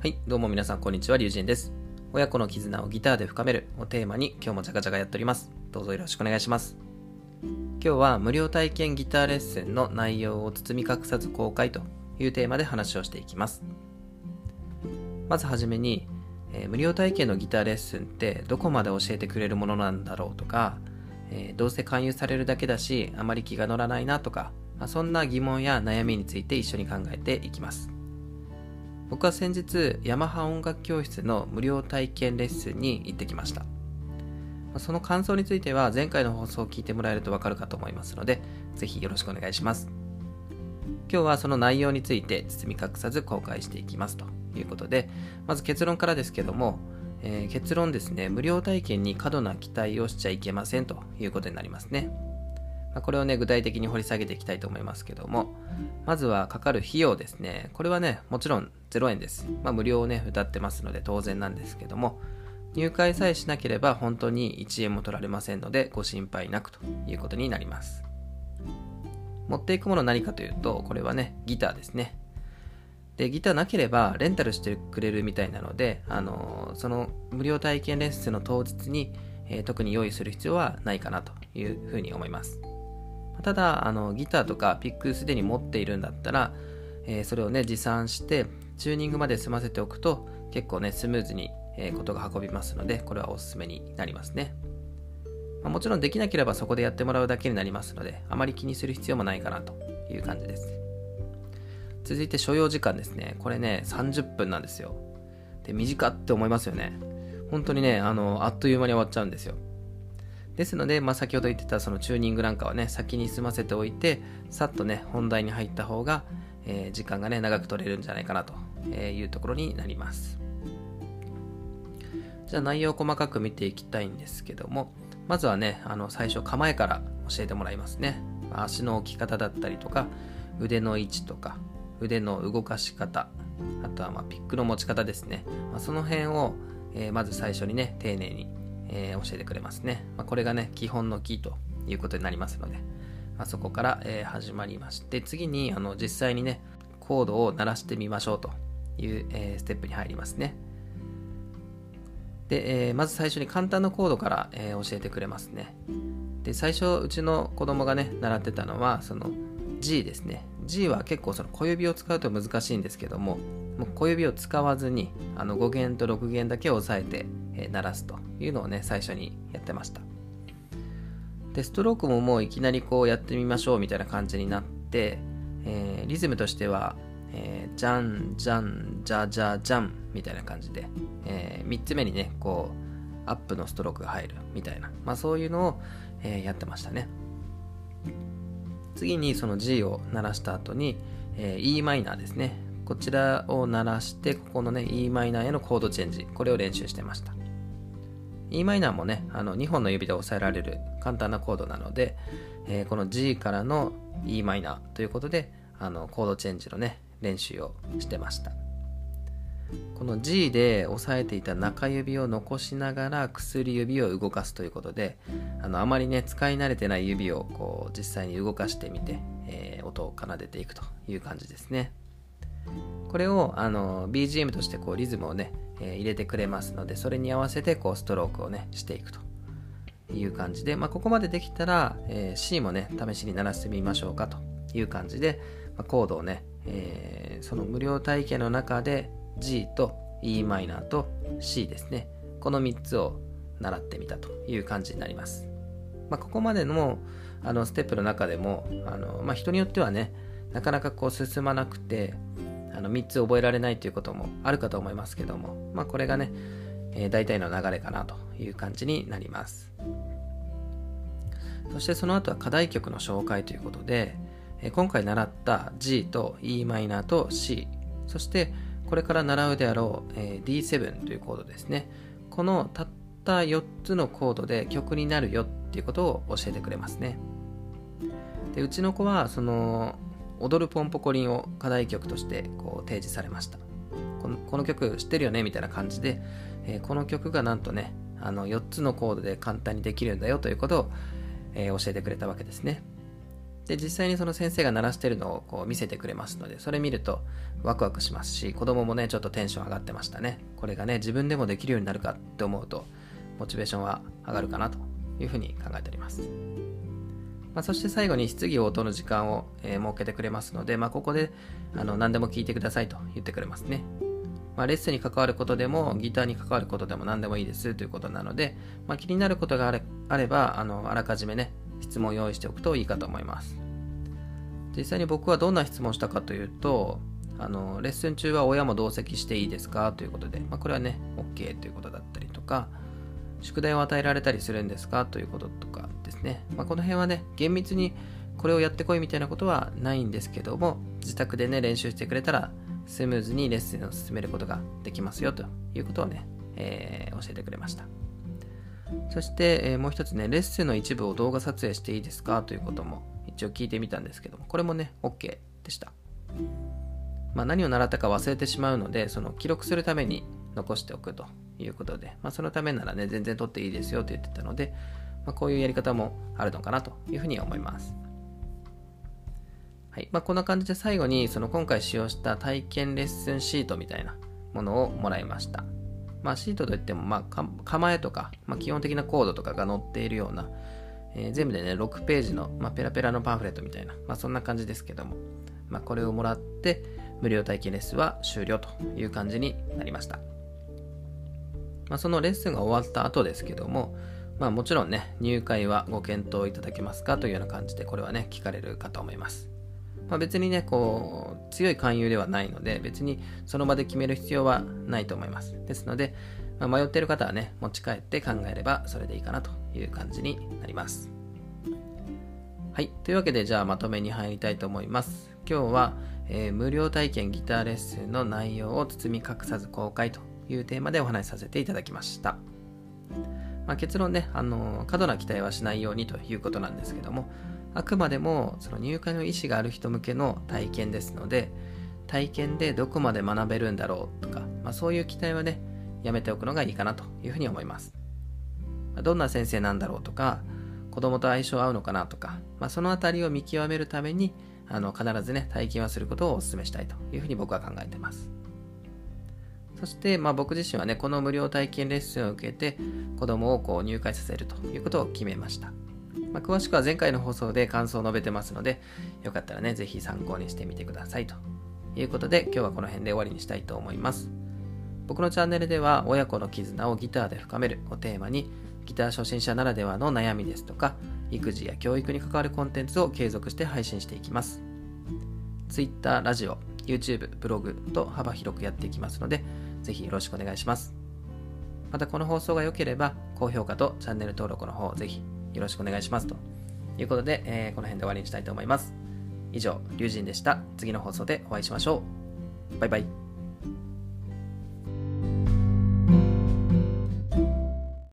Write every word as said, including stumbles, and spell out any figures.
はい、どうも皆さんこんにちは、リュウジンです。親子の絆をギターで深めるをテーマに今日もジャカジャカやっております。どうぞよろしくお願いします。今日は無料体験ギターレッスンの内容を包み隠さず公開というテーマで話をしていきます。まずはじめに、えー、無料体験のギターレッスンってどこまで教えてくれるものなんだろうとか、えー、どうせ勧誘されるだけだしあまり気が乗らないなとか、まあ、そんな疑問や悩みについて一緒に考えていきます。僕は先日ヤマハ音楽教室の無料体験レッスンに行ってきました。その感想については前回の放送を聞いてもらえるとわかるかと思いますので、ぜひよろしくお願いします。今日はその内容について包み隠さず公開していきますということで、まず結論からですけども、えー、結論ですね、無料体験に過度な期待をしちゃいけませんということになりますね。これをね、具体的に掘り下げていきたいと思いますけども、まずはかかる費用ですね。これはね、もちろんゼロえんです。まあ無料をね、歌ってますので当然なんですけども、入会さえしなければ本当にいちえんも取られませんのでご心配なくということになります。持っていくもの何かというと、これはね、ギターですね。で、ギターなければレンタルしてくれるみたいなので、あのー、その無料体験レッスンの当日に、えー、特に用意する必要はないかなというふうに思います。ただあのギターとかピックすでに持っているんだったら、えー、それをね持参してチューニングまで済ませておくと結構ねスムーズに、えー、ことが運びますので、これはおすすめになりますね。まあ、もちろんできなければそこでやってもらうだけになりますので、あまり気にする必要もないかなという感じです。続いて所要時間ですね。これねさんじゅっぷんなんですよ。で、短って思いますよね。本当にねあのあっという間に終わっちゃうんですよ。ですので、まあ、先ほど言ってたそのチューニングなんかはね先に済ませておいて、さっとね本題に入った方が、えー、時間がね長く取れるんじゃないかなというところになります。じゃあ内容を細かく見ていきたいんですけども、まずはねあの最初構えから教えてもらいますね。足の置き方だったりとか腕の位置とか腕の動かし方、あとはまあピックの持ち方ですね。まあ、その辺を、えー、まず最初にね丁寧にえー、教えてくれますね。まあ、これがね基本のキーということになりますので、まあ、そこから、えー、始まりまして、次にあの実際にねコードを鳴らしてみましょうという、えー、ステップに入りますね。で、えー、まず最初に簡単なコードから、えー、教えてくれますね。で、最初うちの子供がね習ってたのはその G ですね。G は結構その小指を使うと難しいんですけども、もう小指を使わずにあのご弦とろく弦だけを押さえて、えー、鳴らすというのをね最初にやってました。で、ストロークももういきなりこうやってみましょうみたいな感じになって、えー、リズムとしては、えー、ジャンジャンジャジャジャンみたいな感じで、えー、みっつめにねこうアップのストロークが入るみたいな、まあそういうのを、えー、やってましたね。次にその G を鳴らした後に、えー、イー マイナーですね。こちらを鳴らして、ここのね イー マイナーへのコードチェンジ、これを練習してました。イー マイナーもねあのにほんの指で押さえられる簡単なコードなので、えー、この G からの イー マイナーということであのコードチェンジのね練習をしてました。この G で押さえていた中指を残しながら薬指を動かすということで、あのあまりね使い慣れてない指をこう実際に動かしてみて、えー、音を奏でていくという感じですね。これをあの ビージーエム としてこうリズムをね、えー、入れてくれますので、それに合わせてこうストロークをねしていくという感じで、まあ、ここまでできたら、えー、C もね試しに鳴らしてみましょうかという感じで、まあ、コードをね、えー、その無料体験の中で G と イー マイナーと C ですね、このみっつを習ってみたという感じになります。まあ、ここまでのあのステップの中でもあの、まあ、人によってはねなかなかこう進まなくてあのみっつ覚えられないということもあるかと思いますけども、まあ、これがね、えー、大体の流れかなという感じになります。そしてその後は課題曲の紹介ということで、えー、今回習った G と イー マイナーと C、 そしてこれから習うであろう、えー、ディーセブン というコードですね。このたったよっつのコードで曲になるよっていうことを教えてくれますね。で、うちの子はその踊るポンポコリンを課題曲としてこう提示されました。この、この曲知ってるよねみたいな感じで、えー、この曲がなんとねあのよっつのコードで簡単にできるんだよということを、えー、教えてくれたわけですね。 で、実際にその先生が鳴らしているのをこう見せてくれますので、それ見るとワクワクしますし、子供もね、ちょっとテンション上がってましたね。これがね、自分でもできるようになるかって思うと、モチベーションは上がるかなというふうに考えております。まあ、そして最後に質疑応答の時間を、えー、設けてくれますので、まあ、ここであの何でも聞いてくださいと言ってくれますね。まあ、レッスンに関わることでもギターに関わることでも何でもいいですということなので、まあ、気になることがあれ、あればあのあらかじめね質問を用意しておくといいかと思います。実際に僕はどんな質問をしたかというと、あのレッスン中は親も同席していいですかということで、まあ、これはね OK ということだったりとか、宿題を与えられたりするんですかということとかですね、まあ、この辺はね厳密にこれをやってこいみたいなことはないんですけども、自宅でね練習してくれたらスムーズにレッスンを進めることができますよということをね、えー、教えてくれました。そして、えー、もう一つね、レッスンの一部を動画撮影していいですかということも一応聞いてみたんですけども、これもね OK でした。まあ、何を習ったか忘れてしまうので、その記録するために残しておくということで、まあ、そのためならね全然撮っていいですよと言ってたので、まあ、こういうやり方もあるのかなというふうに思います。はい、まあ、こんな感じで最後にその今回使用した体験レッスンシートみたいなものをもらいました。まあ、シートといっても、まあ、構えとか、まあ、基本的なコードとかが載っているような、えー、全部でねろくページの、まあ、ペラペラのパンフレットみたいな、まあ、そんな感じですけども、まあ、これをもらって無料体験レッスンは終了という感じになりました。まあ、そのレッスンが終わった後ですけども、まあ、もちろんね入会はご検討いただけますかというような感じでこれはね聞かれるかと思います。まあ、別にねこう強い勧誘ではないので、別にその場で決める必要はないと思います。ですので、まあ、迷っている方はね持ち帰って考えればそれでいいかなという感じになります。はい、というわけでじゃあまとめに入りたいと思います。今日は、えー、無料体験ギターレッスンの内容を包み隠さず公開というテーマでお話しさせていただきました。まあ、結論ね、あの過度な期待はしないようにということなんですけども、あくまでもその入会の意思がある人向けの体験ですので、体験でどこまで学べるんだろうとか、まあ、そういう期待はねやめておくのがいいかなというふうに思います。どんな先生なんだろうとか、子供と相性合うのかなとか、まあ、そのあたりを見極めるためにあの必ずね体験はすることをお勧めしたいというふうに僕は考えています。そして、まあ、僕自身はねこの無料体験レッスンを受けて子供をこう入会させるということを決めました。まあ、詳しくは前回の放送で感想を述べてますので、よかったらねぜひ参考にしてみてくださいということで、今日はこの辺で終わりにしたいと思います。僕のチャンネルでは親子の絆をギターで深めるをテーマに、ギター初心者ならではの悩みですとか育児や教育に関わるコンテンツを継続して配信していきます。 Twitter、ラジオ、YouTube、ブログと幅広くやっていきますので、ぜひよろしくお願いします。またこの放送が良ければ高評価とチャンネル登録の方ぜひよろしくお願いしますということで、えー、この辺で終わりにしたいと思います。以上、龍神でした。次の放送でお会いしましょう。バイバイ。